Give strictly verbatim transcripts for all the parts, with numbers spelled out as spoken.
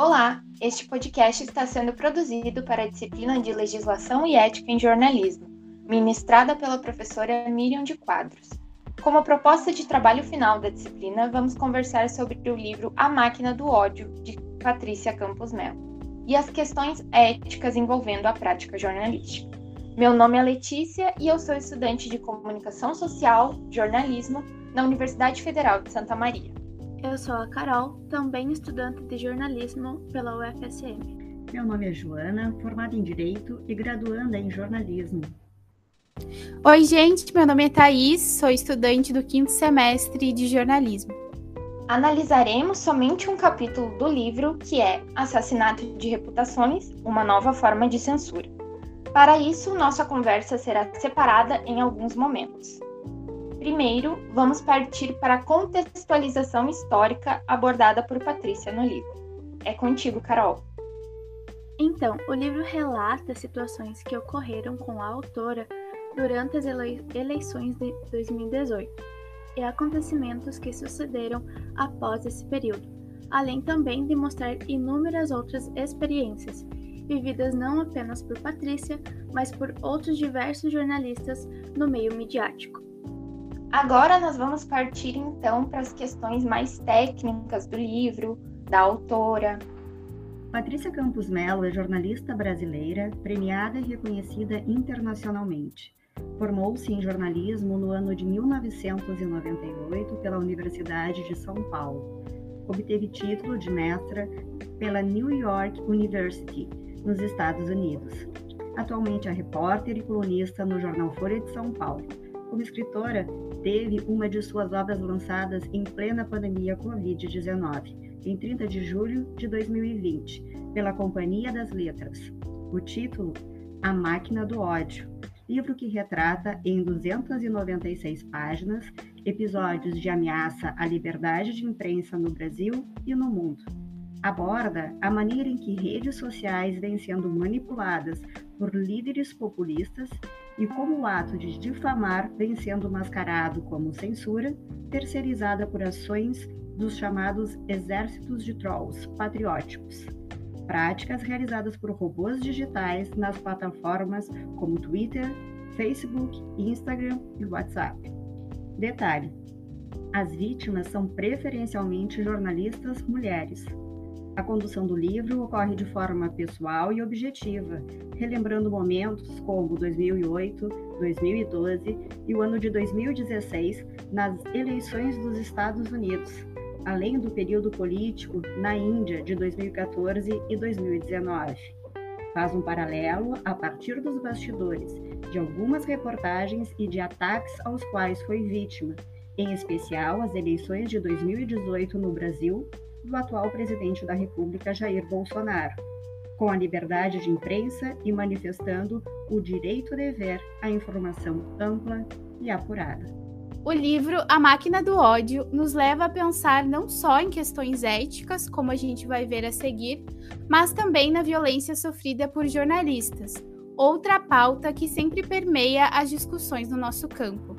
Olá, este podcast está sendo produzido para a disciplina de Legislação e Ética em Jornalismo, ministrada pela professora Miriam de Quadros. Como proposta de trabalho final da disciplina, vamos conversar sobre o livro A Máquina do Ódio, de Patrícia Campos Melo, e as questões éticas envolvendo a prática jornalística. Meu nome é Letícia e eu sou estudante de Comunicação Social, Jornalismo, na Universidade Federal de Santa Maria. Eu sou a Carol, também estudante de jornalismo pela U F S M. Meu nome é Joana, formada em Direito e graduanda em Jornalismo. Oi, gente, meu nome é Thaís, sou estudante do quinto semestre de Jornalismo. Analisaremos somente um capítulo do livro, que é Assassinato de Reputações, uma nova forma de censura. Para isso, nossa conversa será separada em alguns momentos. Primeiro, vamos partir para a contextualização histórica abordada por Patrícia no livro. É contigo, Carol. Então, o livro relata situações que ocorreram com a autora durante as ele- eleições de dois mil e dezoito e acontecimentos que sucederam após esse período, além também de mostrar inúmeras outras experiências, vividas não apenas por Patrícia, mas por outros diversos jornalistas no meio midiático. Agora nós vamos partir então para as questões mais técnicas do livro, da autora. Patrícia Campos Melo é jornalista brasileira, premiada e reconhecida internacionalmente. Formou-se em jornalismo no ano de mil novecentos e noventa e oito pela Universidade de São Paulo. Obteve título de mestra pela New York University, nos Estados Unidos. Atualmente é repórter e colunista no jornal Folha de São Paulo. Como escritora, teve uma de suas obras lançadas em plena pandemia covid dezenove, em trinta de julho de dois mil e vinte, pela Companhia das Letras. O título, A Máquina do Ódio, livro que retrata em duzentas e noventa e seis páginas episódios de ameaça à liberdade de imprensa no Brasil e no mundo. Aborda a maneira em que redes sociais vêm sendo manipuladas por líderes populistas e como o ato de difamar vem sendo mascarado como censura, terceirizada por ações dos chamados exércitos de trolls patrióticos, práticas realizadas por robôs digitais nas plataformas como Twitter, Facebook, Instagram e WhatsApp. Detalhe: as vítimas são preferencialmente jornalistas mulheres. A condução do livro ocorre de forma pessoal e objetiva, relembrando momentos como dois mil e oito, dois mil e doze e o ano de dois mil e dezesseis nas eleições dos Estados Unidos, além do período político na Índia de dois mil e quatorze e dois mil e dezenove. Faz um paralelo a partir dos bastidores de algumas reportagens e de ataques aos quais foi vítima, em especial as eleições de dois mil e dezoito no Brasil, do atual presidente da República, Jair Bolsonaro, com a liberdade de imprensa e manifestando o direito-dever à informação ampla e apurada. O livro A Máquina do Ódio nos leva a pensar não só em questões éticas, como a gente vai ver a seguir, mas também na violência sofrida por jornalistas, outra pauta que sempre permeia as discussões no nosso campo.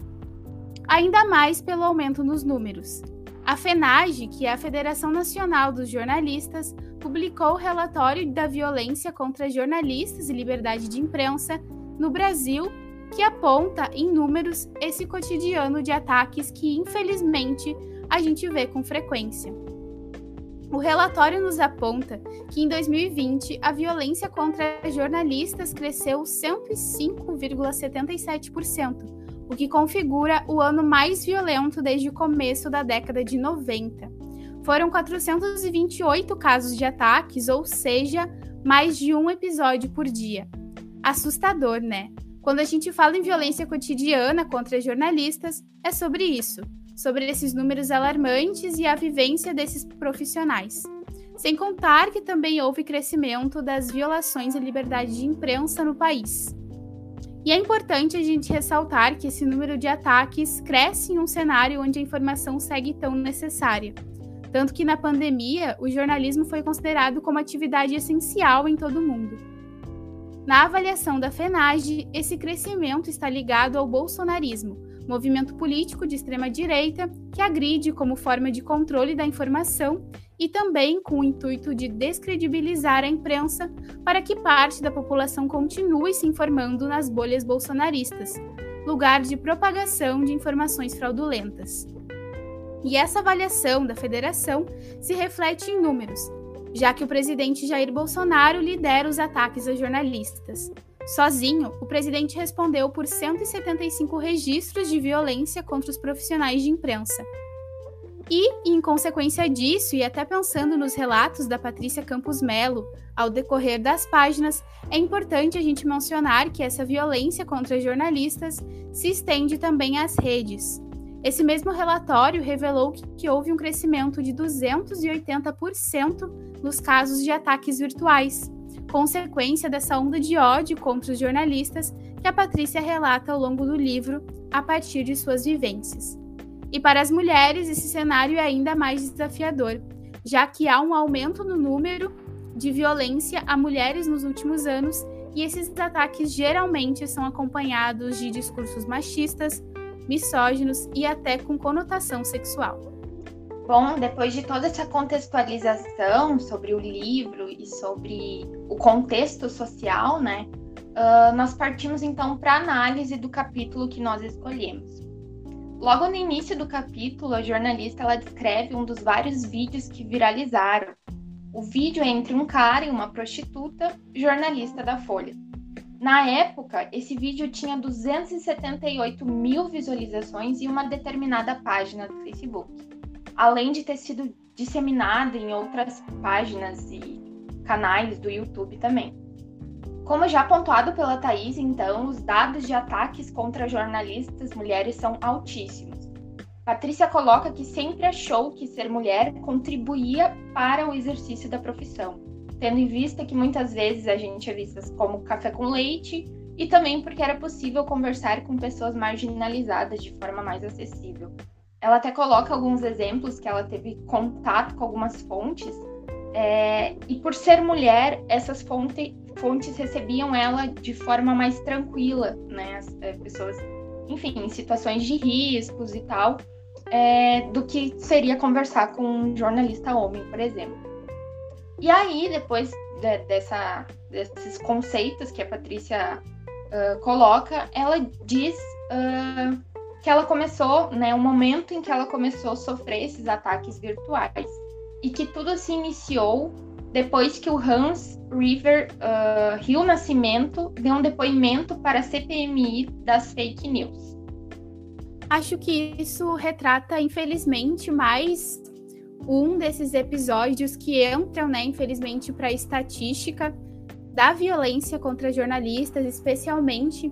Ainda mais pelo aumento nos números. A FENAGE, que é a Federação Nacional dos Jornalistas, publicou o relatório da violência contra jornalistas e liberdade de imprensa no Brasil, que aponta em números esse cotidiano de ataques que, infelizmente, a gente vê com frequência. O relatório nos aponta que em dois mil e vinte a violência contra jornalistas cresceu cento e cinco vírgula setenta e sete por cento, o que configura o ano mais violento desde o começo da década de noventa. Foram quatrocentos e vinte e oito casos de ataques, ou seja, mais de um episódio por dia. Assustador, né? Quando a gente fala em violência cotidiana contra jornalistas, é sobre isso, sobre esses números alarmantes e a vivência desses profissionais. Sem contar que também houve crescimento das violações à liberdade de imprensa no país. E é importante a gente ressaltar que esse número de ataques cresce em um cenário onde a informação segue tão necessária. Tanto que na pandemia, o jornalismo foi considerado como atividade essencial em todo o mundo. Na avaliação da FENAGE, esse crescimento está ligado ao bolsonarismo, movimento político de extrema-direita que agride como forma de controle da informação e também com o intuito de descredibilizar a imprensa para que parte da população continue se informando nas bolhas bolsonaristas, lugar de propagação de informações fraudulentas. E essa avaliação da federação se reflete em números, já que o presidente Jair Bolsonaro lidera os ataques a jornalistas. Sozinho, o presidente respondeu por cento e setenta e cinco registros de violência contra os profissionais de imprensa. E, em consequência disso, e até pensando nos relatos da Patrícia Campos Melo, ao decorrer das páginas, é importante a gente mencionar que essa violência contra jornalistas se estende também às redes. Esse mesmo relatório revelou que, que houve um crescimento de duzentos e oitenta por cento nos casos de ataques virtuais, consequência dessa onda de ódio contra os jornalistas que a Patrícia relata ao longo do livro a partir de suas vivências. E para as mulheres, esse cenário é ainda mais desafiador, já que há um aumento no número de violência a mulheres nos últimos anos e esses ataques geralmente são acompanhados de discursos machistas, misóginos e até com conotação sexual. Bom, depois de toda essa contextualização sobre o livro e sobre o contexto social, né, uh, nós partimos então para a análise do capítulo que nós escolhemos. Logo no início do capítulo, a jornalista ela descreve um dos vários vídeos que viralizaram. O vídeo é entre um cara e uma prostituta, jornalista da Folha. Na época, esse vídeo tinha duzentos e setenta e oito mil visualizações em uma determinada página do Facebook, além de ter sido disseminado em outras páginas e canais do YouTube também. Como já pontuado pela Thaís, então, os dados de ataques contra jornalistas mulheres são altíssimos. Patrícia coloca que sempre achou que ser mulher contribuía para o exercício da profissão, tendo em vista que muitas vezes a gente é vista como café com leite e também porque era possível conversar com pessoas marginalizadas de forma mais acessível. Ela até coloca alguns exemplos que ela teve contato com algumas fontes, é, e por ser mulher, essas fonte, fontes recebiam ela de forma mais tranquila, né? As é, pessoas, enfim, em situações de riscos e tal, é, do que seria conversar com um jornalista homem, por exemplo. E aí, depois de, dessa, desses conceitos que a Patrícia uh, coloca, ela diz uh, que ela começou, né, o momento em que ela começou a sofrer esses ataques virtuais. E que tudo se iniciou depois que o Hans River uh, Rio Nascimento deu um depoimento para a C P M I das fake news. Acho que isso retrata, infelizmente, mais um desses episódios que entram, né, infelizmente, para a estatística da violência contra jornalistas, especialmente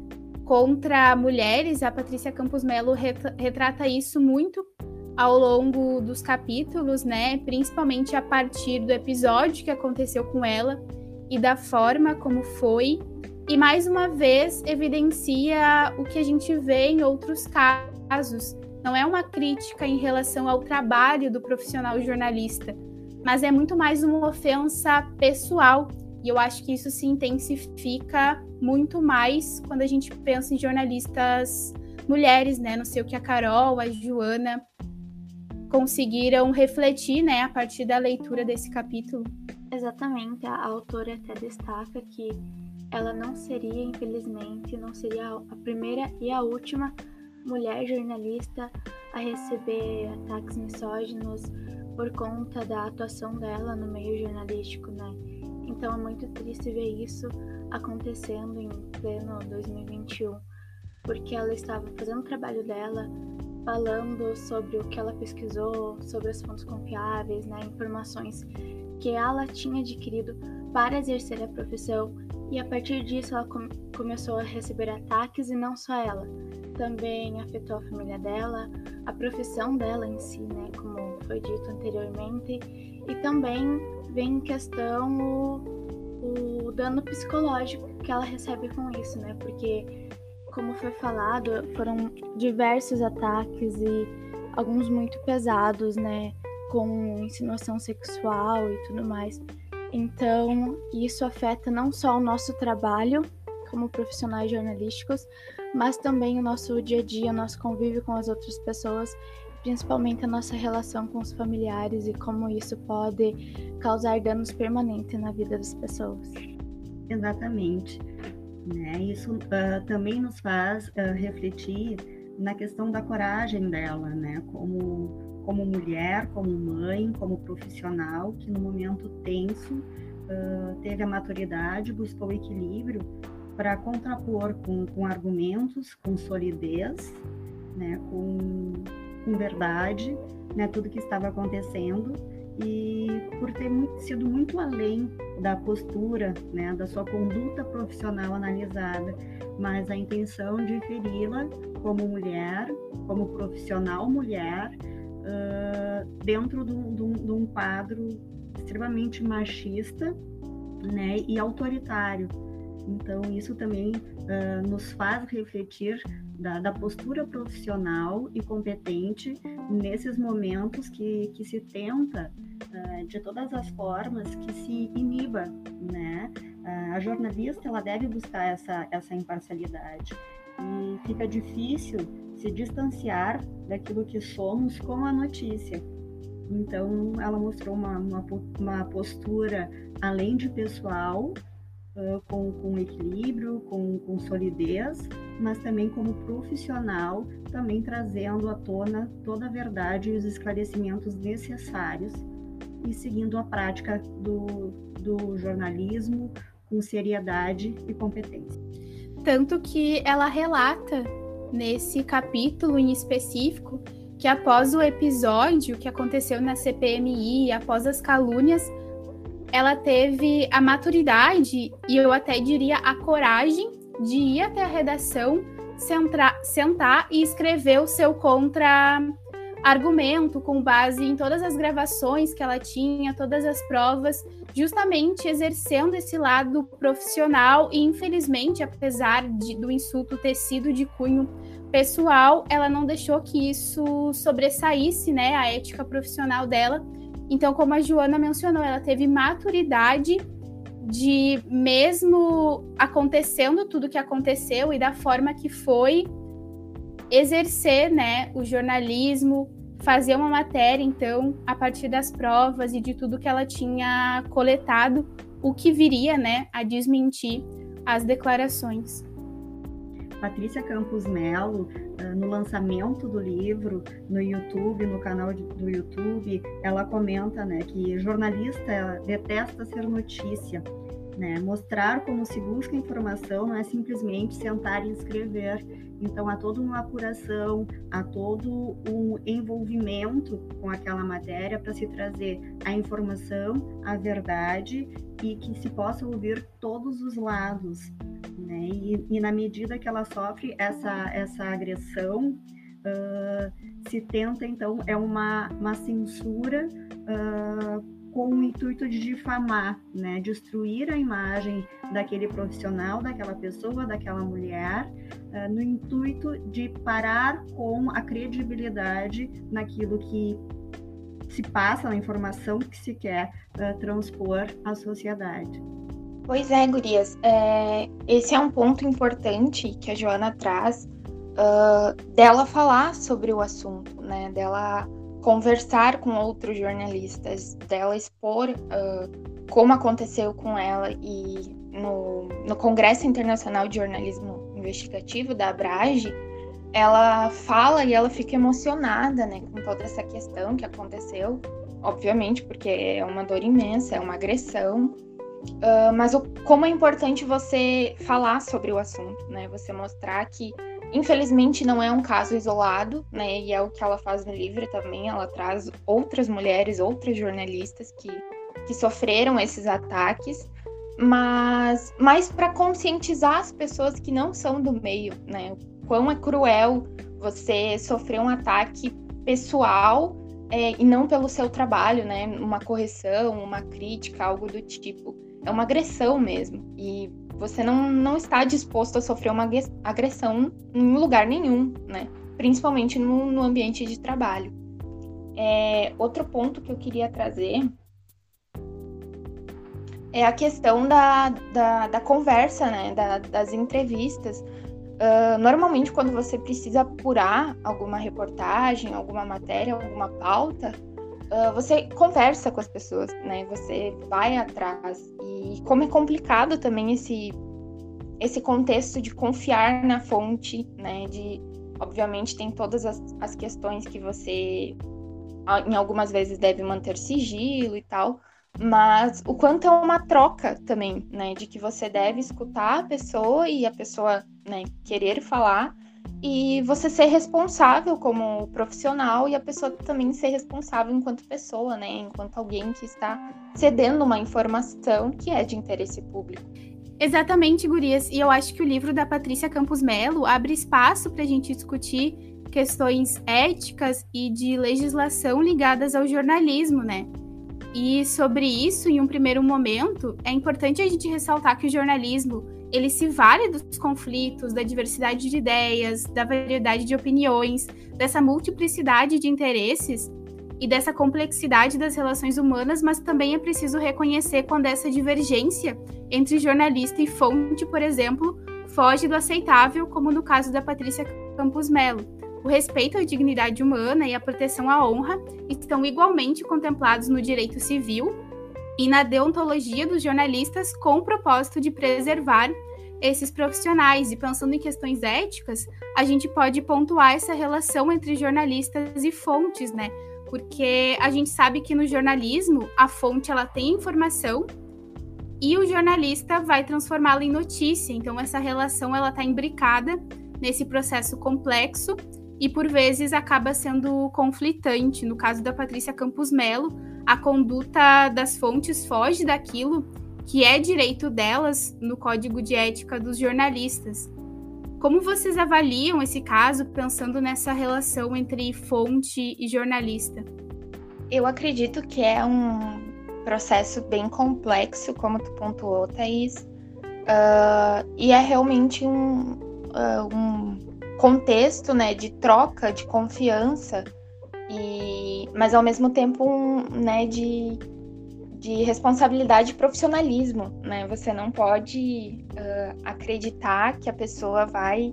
contra mulheres. A Patrícia Campos Melo retrata isso muito ao longo dos capítulos, né, principalmente a partir do episódio que aconteceu com ela e da forma como foi. E, mais uma vez, evidencia o que a gente vê em outros casos. Não é uma crítica em relação ao trabalho do profissional jornalista, mas é muito mais uma ofensa pessoal. E eu acho que isso se intensifica muito mais quando a gente pensa em jornalistas mulheres, né? Não sei o que a Carol, a Joana conseguiram refletir, né, a partir da leitura desse capítulo. Exatamente, a autora até destaca que ela não seria, infelizmente, não seria a primeira e a última mulher jornalista a receber ataques misóginos por conta da atuação dela no meio jornalístico, né? Então é muito triste ver isso acontecendo em pleno dois mil e vinte e um, porque ela estava fazendo o trabalho dela, falando sobre o que ela pesquisou, sobre as fontes confiáveis, né, informações que ela tinha adquirido para exercer a profissão, e a partir disso ela com- começou a receber ataques, e não só ela, também afetou a família dela, a profissão dela em si, né, como foi dito anteriormente, e também vem em questão o, o dano psicológico que ela recebe com isso, né, porque, como foi falado, foram diversos ataques e alguns muito pesados, né, com insinuação sexual e tudo mais. Então, isso afeta não só o nosso trabalho como profissionais jornalísticos, mas também o nosso dia a dia, o nosso convívio com as outras pessoas principalmente a nossa relação com os familiares e como isso pode causar danos permanentes na vida das pessoas. Exatamente. Né? Isso uh, também nos faz uh, refletir na questão da coragem dela, né? Como, como mulher, como mãe, como profissional, que no momento tenso uh, teve a maturidade, buscou o equilíbrio para contrapor com, com argumentos, com solidez, né? com, com verdade, né? Tudo que estava acontecendo, e por ter sido muito além da postura, né, da sua conduta profissional analisada, mas a intenção de feri-la como mulher, como profissional mulher, uh, dentro de um, de, um, de um quadro extremamente machista, né, e autoritário. Então, isso também uh, nos faz refletir da, da postura profissional e competente nesses momentos que, que se tenta, uh, de todas as formas, que se iniba, né? Uh, a jornalista, ela deve buscar essa, essa imparcialidade. E fica difícil se distanciar daquilo que somos com a notícia. Então, ela mostrou uma, uma, uma postura, além de pessoal, Uh, com, com equilíbrio, com, com solidez, mas também como profissional, também trazendo à tona toda a verdade e os esclarecimentos necessários e seguindo a prática do, do jornalismo com seriedade e competência. Tanto que ela relata nesse capítulo em específico que após o episódio que aconteceu na C P M I, após as calúnias, ela teve a maturidade e eu até diria a coragem de ir até a redação, sentar, sentar e escrever o seu contra-argumento com base em todas as gravações que ela tinha, todas as provas, justamente exercendo esse lado profissional e, infelizmente, apesar de, do insulto ter sido de cunho pessoal, ela não deixou que isso sobressaísse, né, a ética profissional dela. Então, como a Joana mencionou, ela teve maturidade de, mesmo acontecendo tudo que aconteceu e da forma que foi, exercer, né, o jornalismo, fazer uma matéria, então, a partir das provas e de tudo que ela tinha coletado, o que viria, né, a desmentir as declarações. Patrícia Campos Melo, no lançamento do livro no YouTube, no canal do YouTube, ela comenta, né, que jornalista detesta ser notícia, né? Mostrar como se busca informação não é simplesmente sentar e escrever. Então, há toda uma apuração, há todo um envolvimento com aquela matéria para se trazer a informação, a verdade e que se possa ouvir todos os lados. Né? E, e na medida que ela sofre essa, essa agressão, uh, se tenta, então, é uma, uma censura uh, com o intuito de difamar, né? Destruir a imagem daquele profissional, daquela pessoa, daquela mulher, uh, no intuito de parar com a credibilidade naquilo que se passa, na informação que se quer uh, transpor à sociedade. Pois é, gurias, é, esse é um ponto importante que a Joana traz, uh, dela falar sobre o assunto, né, dela conversar com outros jornalistas, dela expor uh, como aconteceu com ela e no, no Congresso Internacional de Jornalismo Investigativo, da ABRAGE, ela fala e ela fica emocionada, né, com toda essa questão que aconteceu, obviamente, porque é uma dor imensa, é uma agressão. Uh, mas o, como é importante você falar sobre o assunto, né? Você mostrar que, infelizmente, não é um caso isolado, né? E é o que ela faz no livro também. Ela traz outras mulheres, outras jornalistas que, que sofreram esses ataques, mas mais para conscientizar as pessoas que não são do meio, né? O quão é cruel você sofrer um ataque pessoal é, e não pelo seu trabalho, né? Uma correção, uma crítica, algo do tipo. É uma agressão mesmo, e você não, não está disposto a sofrer uma agressão em lugar nenhum, né? Principalmente no, no ambiente de trabalho. É, outro ponto que eu queria trazer é a questão da, da, da conversa, né? Da, das entrevistas. Uh, normalmente, quando você precisa apurar alguma reportagem, alguma matéria, alguma pauta, uh, você conversa com as pessoas, né? Você vai atrás. E como é complicado também esse, esse contexto de confiar na fonte, né? De, obviamente, tem todas as, as questões que você, em algumas vezes, deve manter sigilo e tal, mas o quanto é uma troca também, né? De que você deve escutar a pessoa e a pessoa, né, querer falar, e você ser responsável como profissional e a pessoa também ser responsável enquanto pessoa, né? Enquanto alguém que está cedendo uma informação que é de interesse público. Exatamente, gurias. E eu acho que o livro da Patrícia Campos Melo abre espaço para a gente discutir questões éticas e de legislação ligadas ao jornalismo, né? E sobre isso, em um primeiro momento, é importante a gente ressaltar que o jornalismo, ele se vale dos conflitos, da diversidade de ideias, da variedade de opiniões, dessa multiplicidade de interesses e dessa complexidade das relações humanas, mas também é preciso reconhecer quando essa divergência entre jornalista e fonte, por exemplo, foge do aceitável, como no caso da Patrícia Campos Melo. O respeito à dignidade humana e a proteção à honra estão igualmente contemplados no direito civil e na deontologia dos jornalistas, com o propósito de preservar esses profissionais. E pensando em questões éticas, a gente pode pontuar essa relação entre jornalistas e fontes, né? Porque a gente sabe que no jornalismo a fonte ela tem informação e o jornalista vai transformá-la em notícia. Então essa relação ela está imbricada nesse processo complexo e por vezes acaba sendo conflitante. No caso da Patrícia Campos Melo, a conduta das fontes foge daquilo que é direito delas no Código de Ética dos Jornalistas. Como vocês avaliam esse caso, pensando nessa relação entre fonte e jornalista? Eu acredito que é um processo bem complexo, como tu pontuou, Thaís, uh, e é realmente um, uh, um contexto, né, de troca, de confiança, e, mas ao mesmo tempo um, né, de, de responsabilidade e profissionalismo, né? Você não pode uh, acreditar que a pessoa vai...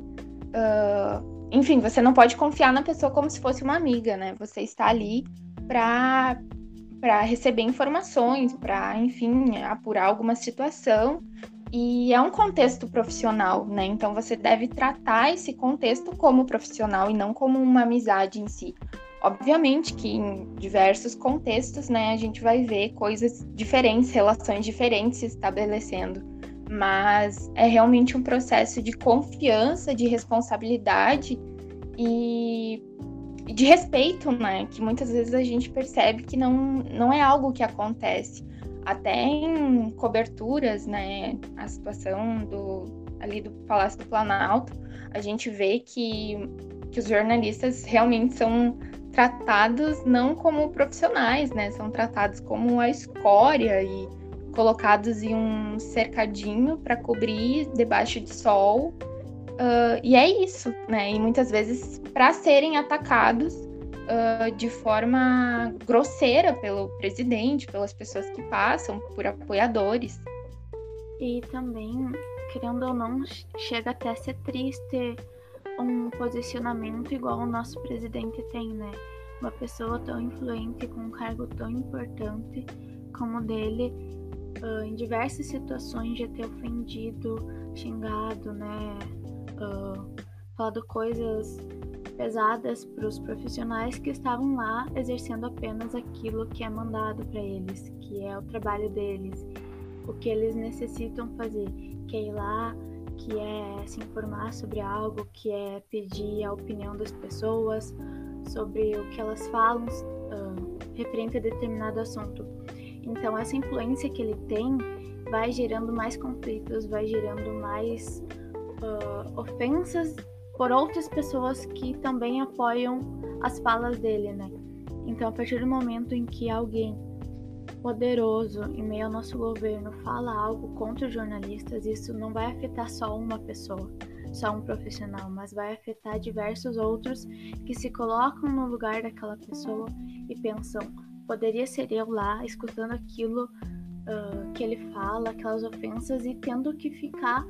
Uh, enfim, você não pode confiar na pessoa como se fosse uma amiga, né? Você está ali para para receber informações, para, enfim, apurar alguma situação. E é um contexto profissional, né? Então você deve tratar esse contexto como profissional e não como uma amizade em si. Obviamente que em diversos contextos, né, a gente vai ver coisas diferentes, relações diferentes se estabelecendo. Mas é realmente um processo de confiança, de responsabilidade e de respeito, né? Que muitas vezes a gente percebe que não, não é algo que acontece. Até em coberturas, né? A situação do, ali do Palácio do Planalto, a gente vê que, que os jornalistas realmente são tratados não como profissionais, né? São tratados como a escória e colocados em um cercadinho para cobrir debaixo de sol. Uh, e é isso, né? E muitas vezes para serem atacados uh, de forma grosseira pelo presidente, pelas pessoas que passam, por apoiadores. E também, querendo ou não, chega até a ser triste um posicionamento igual o nosso presidente tem, né? Uma pessoa tão influente, com um cargo tão importante como o dele, uh, em diversas situações já ter ofendido, xingado, né? Uh, falado coisas pesadas para os profissionais que estavam lá exercendo apenas aquilo que é mandado para eles, que é o trabalho deles, o que eles necessitam fazer, que é ir lá, que é se informar sobre algo, que é pedir a opinião das pessoas sobre o que elas falam uh, referente a determinado assunto. Então essa influência que ele tem vai gerando mais conflitos, vai gerando mais Uh, ofensas por outras pessoas que também apoiam as falas dele, né? Então, a partir do momento em que alguém poderoso em meio ao nosso governo fala algo contra os jornalistas, isso não vai afetar só uma pessoa, só um profissional, mas vai afetar diversos outros que se colocam no lugar daquela pessoa e pensam, poderia ser eu lá escutando aquilo uh, que ele fala, aquelas ofensas, e tendo que ficar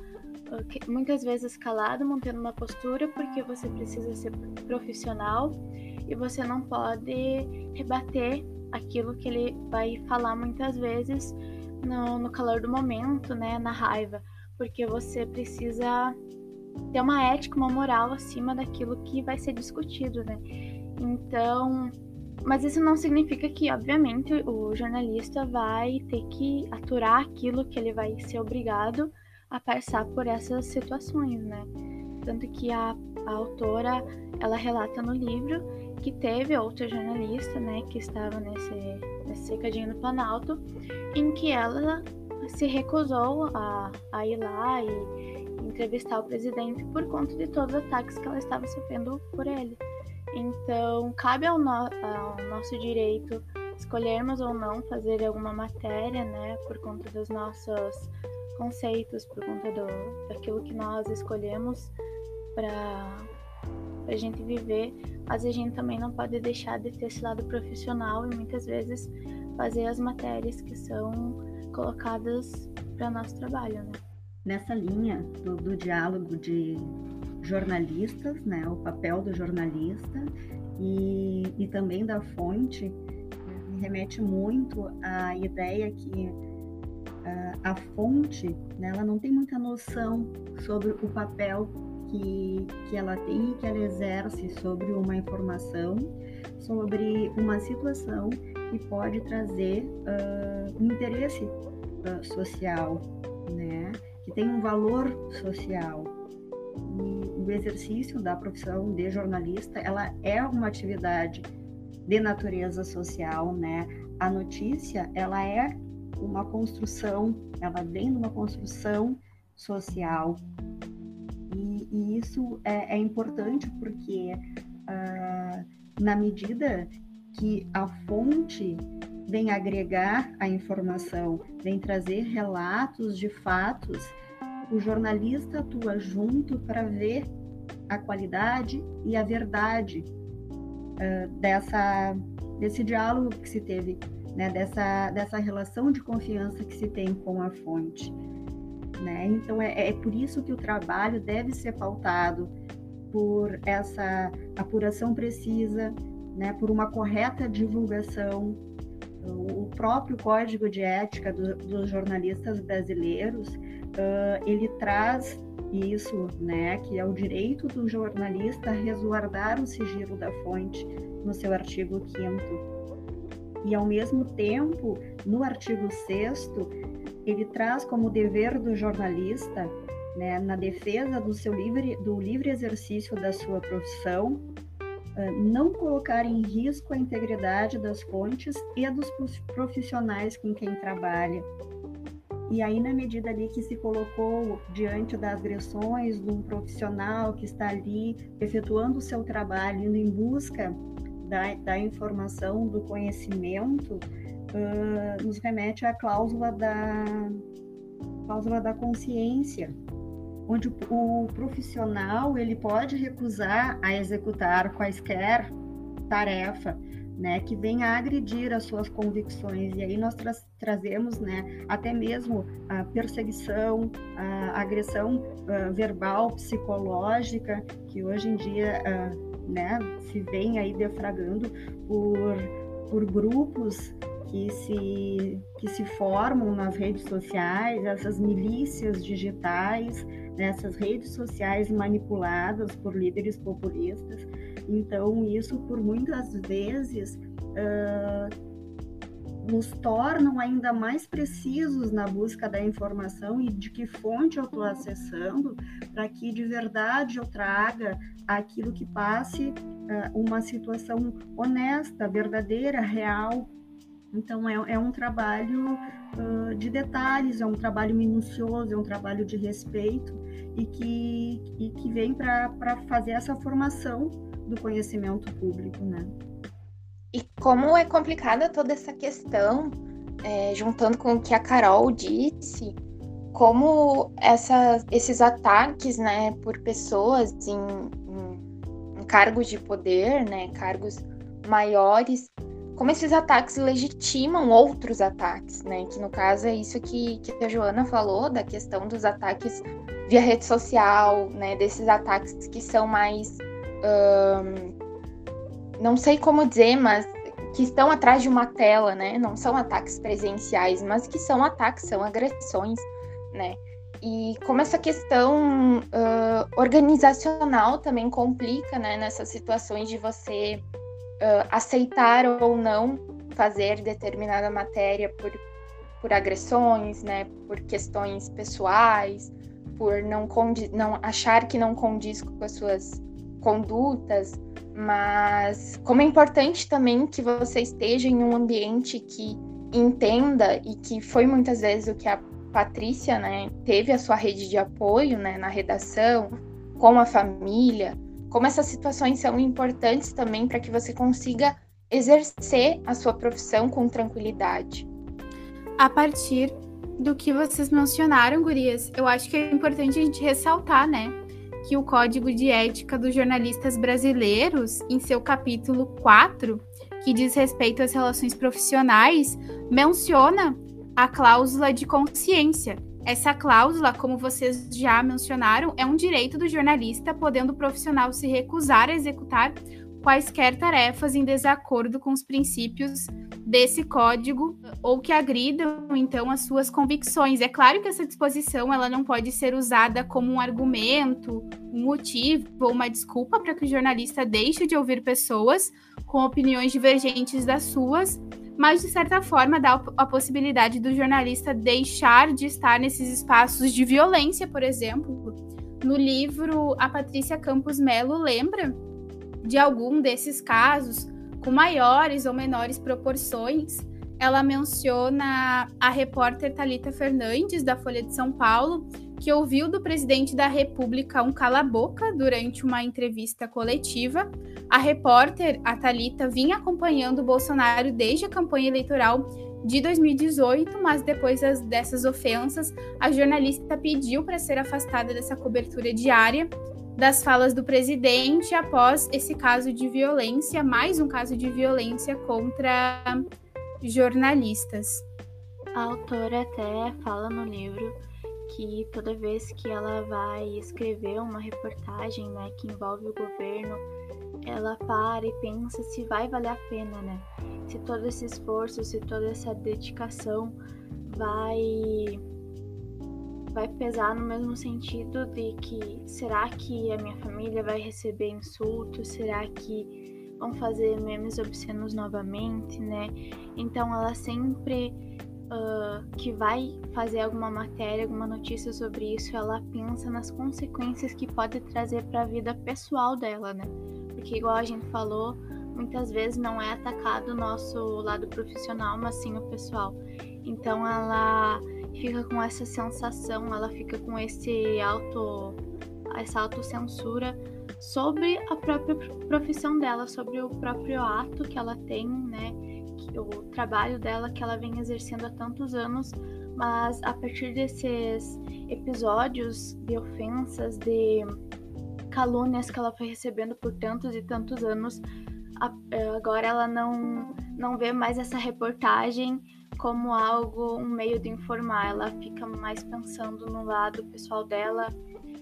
muitas vezes calado, mantendo uma postura, porque você precisa ser profissional e você não pode rebater aquilo que ele vai falar muitas vezes no, no calor do momento, né, na raiva, porque você precisa ter uma ética, uma moral acima daquilo que vai ser discutido, né? Então, mas isso não significa que, obviamente, o jornalista vai ter que aturar aquilo que ele vai ser obrigado a passar por essas situações, né? Tanto que a, a autora, ela relata no livro que teve outra jornalista, né, que estava nesse, nesse cercadinho no Planalto, em que ela se recusou a, a ir lá e entrevistar o presidente por conta de todos os ataques que ela estava sofrendo por ele. Então, cabe ao, no, ao nosso direito escolhermos ou não fazer alguma matéria, né, por conta dos nossos conceitos, por conta do, daquilo que nós escolhemos para a gente viver, mas a gente também não pode deixar de ter esse lado profissional e muitas vezes fazer as matérias que são colocadas para nosso trabalho, né? Nessa linha do, do diálogo de jornalistas, né, o papel do jornalista e, e também da fonte, me remete muito à ideia que a, a fonte, né, ela não tem muita noção sobre o papel que, que ela tem e que ela exerce sobre uma informação, sobre uma situação que pode trazer uh, um interesse uh, social, né, que tem um valor social. E o exercício da profissão de jornalista, ela é uma atividade de natureza social, né? A notícia, ela é uma construção, ela vem de uma construção social. E, e isso é, é importante porque, uh, na medida que a fonte vem agregar a informação, vem trazer relatos de fatos, o jornalista atua junto para ver a qualidade e a verdade uh, dessa, desse diálogo que se teve, né, dessa, dessa relação de confiança que se tem com a fonte. Né? Então, é, é por isso que o trabalho deve ser pautado por essa apuração precisa, né, por uma correta divulgação. O próprio Código de Ética do, dos jornalistas brasileiros, uh, ele traz isso, né, que é o direito do jornalista a resguardar o sigilo da fonte no seu artigo quinto. E, ao mesmo tempo, no artigo sexto, ele traz como dever do jornalista, né, na defesa do seu livre, do livre exercício da sua profissão, não colocar em risco a integridade das fontes e dos profissionais com quem trabalha. E aí, na medida ali que se colocou diante das agressões de um profissional que está ali efetuando o seu trabalho, indo em busca da, da informação, do conhecimento, uh, nos remete à cláusula da, cláusula da consciência, onde o, o profissional ele pode recusar a executar quaisquer tarefa, né, que venha a agredir as suas convicções. E aí nós tra- trazemos, né, até mesmo a perseguição, a agressão uh, verbal, psicológica, que hoje em dia uh, né, se vem aí deflagrando por, por grupos que se, que se formam nas redes sociais, essas milícias digitais, nessas redes sociais manipuladas por líderes populistas. Então, isso, por muitas vezes, uh, nos tornam ainda mais precisos na busca da informação e de que fonte eu estou acessando, para que, de verdade, eu traga aquilo que passe uh, uma situação honesta, verdadeira, real. Então, é, é um trabalho uh, de detalhes, é um trabalho minucioso, é um trabalho de respeito e que, e que vem para fazer essa formação do conhecimento público, né? E como é complicada toda essa questão, é, juntando com o que a Carol disse, como essa, esses ataques, né, por pessoas em, em, em cargos de poder, né, cargos maiores, como esses ataques legitimam outros ataques, né? Que no caso é isso que, que a Joana falou, da questão dos ataques via rede social, né? Desses ataques que são mais, hum, não sei como dizer, mas que estão atrás de uma tela, né? Não são ataques presenciais, mas que são ataques, são agressões, né? E como essa questão uh, organizacional também complica, né? Nessas situações de você uh, aceitar ou não fazer determinada matéria por, por agressões, né? Por questões pessoais, por não, condi- não achar que não condiz com as suas condutas. Mas como é importante também que você esteja em um ambiente que entenda, e que foi muitas vezes o que a Patrícia, né, teve a sua rede de apoio, né, na redação, com a família, como essas situações são importantes também para que você consiga exercer a sua profissão com tranquilidade. A partir do que vocês mencionaram, gurias, eu acho que é importante a gente ressaltar, né, que o Código de Ética dos Jornalistas Brasileiros, em seu capítulo quatro, que diz respeito às relações profissionais, menciona a cláusula de consciência. Essa cláusula, como vocês já mencionaram, é um direito do jornalista, podendo o profissional se recusar a executar quaisquer tarefas em desacordo com os princípios desse código ou que agridam, então, as suas convicções. É claro que essa disposição ela não pode ser usada como um argumento, um motivo ou uma desculpa para que o jornalista deixe de ouvir pessoas com opiniões divergentes das suas, mas, de certa forma, dá a possibilidade do jornalista deixar de estar nesses espaços de violência, por exemplo. No livro, a Patrícia Campos Melo lembra de algum desses casos, com maiores ou menores proporções. Ela menciona a repórter Thalita Fernandes, da Folha de São Paulo, que ouviu do presidente da República um cala-boca durante uma entrevista coletiva. A repórter, a Thalita, vinha acompanhando o Bolsonaro desde a campanha eleitoral de dois mil e dezoito, mas depois das, dessas ofensas, a jornalista pediu para ser afastada dessa cobertura diária das falas do presidente após esse caso de violência, mais um caso de violência contra jornalistas. A autora até fala no livro que toda vez que ela vai escrever uma reportagem, né, que envolve o governo, ela para e pensa se vai valer a pena, né? Se todo esse esforço, se toda essa dedicação vai vai pesar no mesmo sentido de que será que a minha família vai receber insultos? Será que vão fazer memes obscenos novamente, né? Então ela sempre uh, que vai fazer alguma matéria, alguma notícia sobre isso, ela pensa nas consequências que pode trazer para a vida pessoal dela, né? Porque igual a gente falou, muitas vezes não é atacado o nosso lado profissional, mas sim o pessoal. Então ela fica com essa sensação, ela fica com esse auto, essa autocensura sobre a própria profissão dela, sobre o próprio ato que ela tem, né, o trabalho dela que ela vem exercendo há tantos anos, mas a partir desses episódios de ofensas, de calúnias que ela foi recebendo por tantos e tantos anos, agora ela não, não vê mais essa reportagem como algo, um meio de informar. Ela fica mais pensando no lado pessoal dela,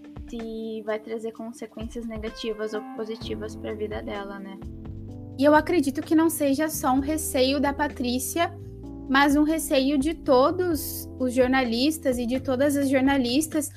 se vai trazer consequências negativas ou positivas para a vida dela, né? E eu acredito que não seja só um receio da Patrícia, mas um receio de todos os jornalistas e de todas as jornalistas,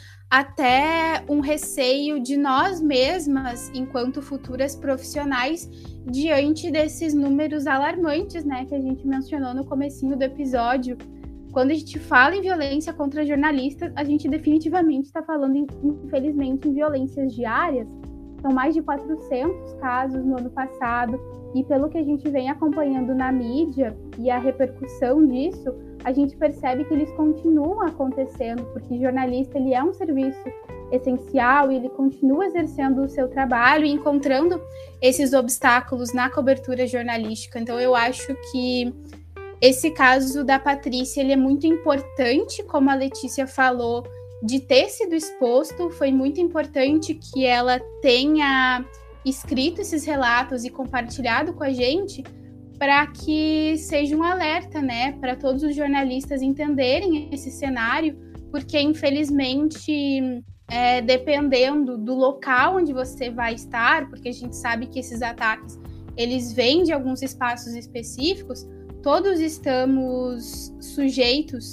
até um receio de nós mesmas, enquanto futuras profissionais, diante desses números alarmantes, né, que a gente mencionou no comecinho do episódio. Quando a gente fala em violência contra jornalistas, a gente definitivamente está falando, infelizmente, em violências diárias. São mais de quatrocentos casos no ano passado, e pelo que a gente vem acompanhando na mídia e a repercussão disso, a gente percebe que eles continuam acontecendo, porque jornalista ele é um serviço essencial e ele continua exercendo o seu trabalho e encontrando esses obstáculos na cobertura jornalística. Então eu acho que esse caso da Patrícia ele é muito importante, como a Letícia falou, de ter sido exposto. Foi muito importante que ela tenha escrito esses relatos e compartilhado com a gente, para que seja um alerta, né, para todos os jornalistas entenderem esse cenário, porque infelizmente, é, dependendo do local onde você vai estar, porque a gente sabe que esses ataques, eles vêm de alguns espaços específicos, todos estamos sujeitos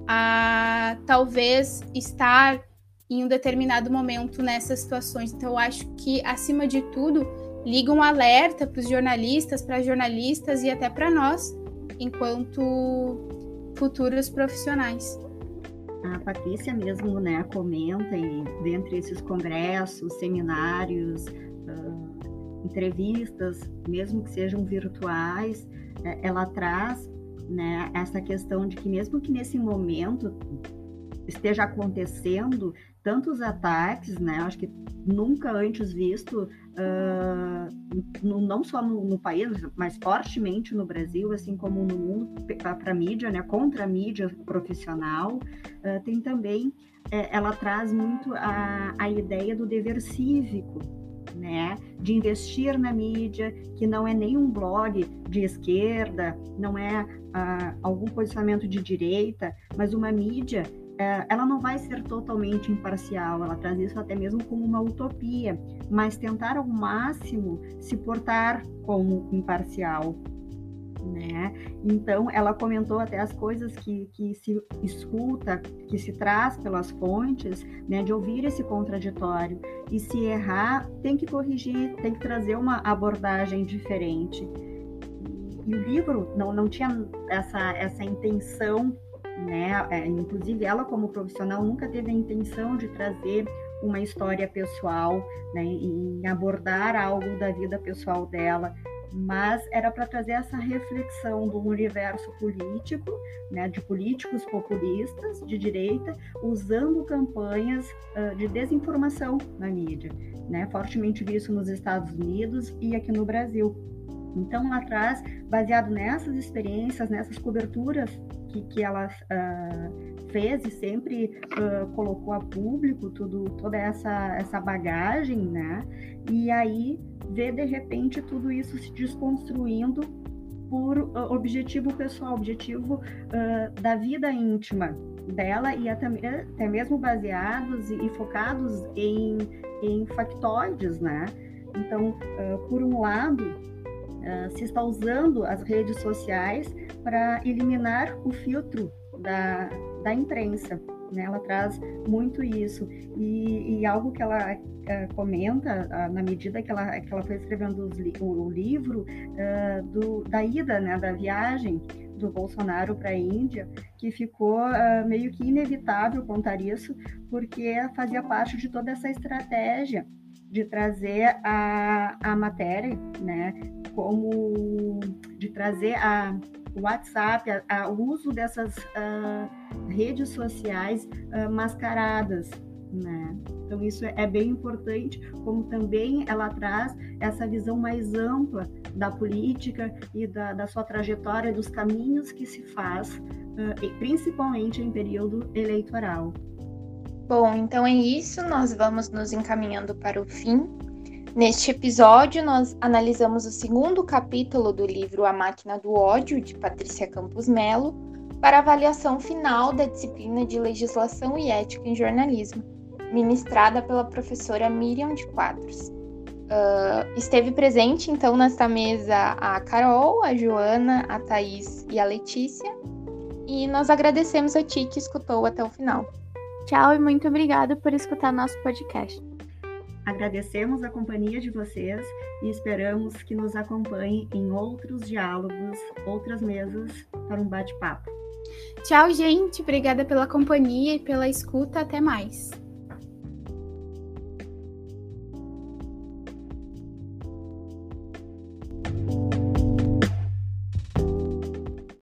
a talvez estar em um determinado momento nessas situações. Então, eu acho que, acima de tudo, liga um alerta para os jornalistas, para as jornalistas e até para nós, enquanto futuros profissionais. A Patrícia mesmo, né, comenta, e dentre esses congressos, seminários, uh, entrevistas, mesmo que sejam virtuais, ela traz, né, essa questão de que mesmo que nesse momento esteja acontecendo tantos ataques, né, acho que nunca antes visto, uh, no, não só no, no país, mas fortemente no Brasil, assim como no mundo, para a mídia, né, contra a mídia profissional, uh, tem também, é, ela traz muito a, a ideia do dever cívico, né, de investir na mídia, que não é nenhum blog de esquerda, não é uh, algum posicionamento de direita, mas uma mídia, uh, ela não vai ser totalmente imparcial, ela traz isso até mesmo como uma utopia, mas tentar ao máximo se portar como imparcial, né? Então, ela comentou até as coisas que, que se escuta, que se traz pelas fontes, né, de ouvir esse contraditório, e se errar, tem que corrigir, tem que trazer uma abordagem diferente. E o livro não, não tinha essa, essa intenção, né? É, inclusive, ela como profissional nunca teve a intenção de trazer uma história pessoal, né, e abordar algo da vida pessoal dela, mas era para trazer essa reflexão do universo político, né, de políticos populistas de direita, usando campanhas uh, de desinformação na mídia, né, fortemente visto nos Estados Unidos e aqui no Brasil. Então, lá atrás, baseado nessas experiências, nessas coberturas que, que ela uh, fez e sempre uh, colocou a público tudo, toda essa, essa bagagem, né? E aí ver, de repente, tudo isso se desconstruindo por uh, objetivo pessoal, objetivo uh, da vida íntima dela, e até, até mesmo baseados e, e focados em, em factoides, né? Então, uh, por um lado, Uh, se está usando as redes sociais para eliminar o filtro da, da imprensa, né? Ela traz muito isso, e, e algo que ela uh, comenta, uh, na medida que ela, que ela foi escrevendo li- o, o livro, uh, do, da ida, né, da viagem do Bolsonaro para a Índia, que ficou uh, meio que inevitável contar isso, porque fazia parte de toda essa estratégia de trazer a, a matéria, né, como de trazer a, o WhatsApp, a, a, o uso dessas uh, redes sociais uh, mascaradas, né? Então isso é bem importante, como também ela traz essa visão mais ampla da política e da, da sua trajetória, dos caminhos que se faz, uh, principalmente em período eleitoral. Bom, então é isso, nós vamos nos encaminhando para o fim. Neste episódio, nós analisamos o segundo capítulo do livro A Máquina do Ódio, de Patrícia Campos Melo, para avaliação final da disciplina de Legislação e Ética em Jornalismo, ministrada pela professora Miriam de Quadros. Uh, esteve presente, então, nesta mesa a Carol, a Joana, a Thaís e a Letícia, e nós agradecemos a ti que escutou até o final. Tchau e muito obrigada por escutar nosso podcast. Agradecemos a companhia de vocês e esperamos que nos acompanhem em outros diálogos, outras mesas para um bate-papo. Tchau, gente. Obrigada pela companhia e pela escuta. Até mais.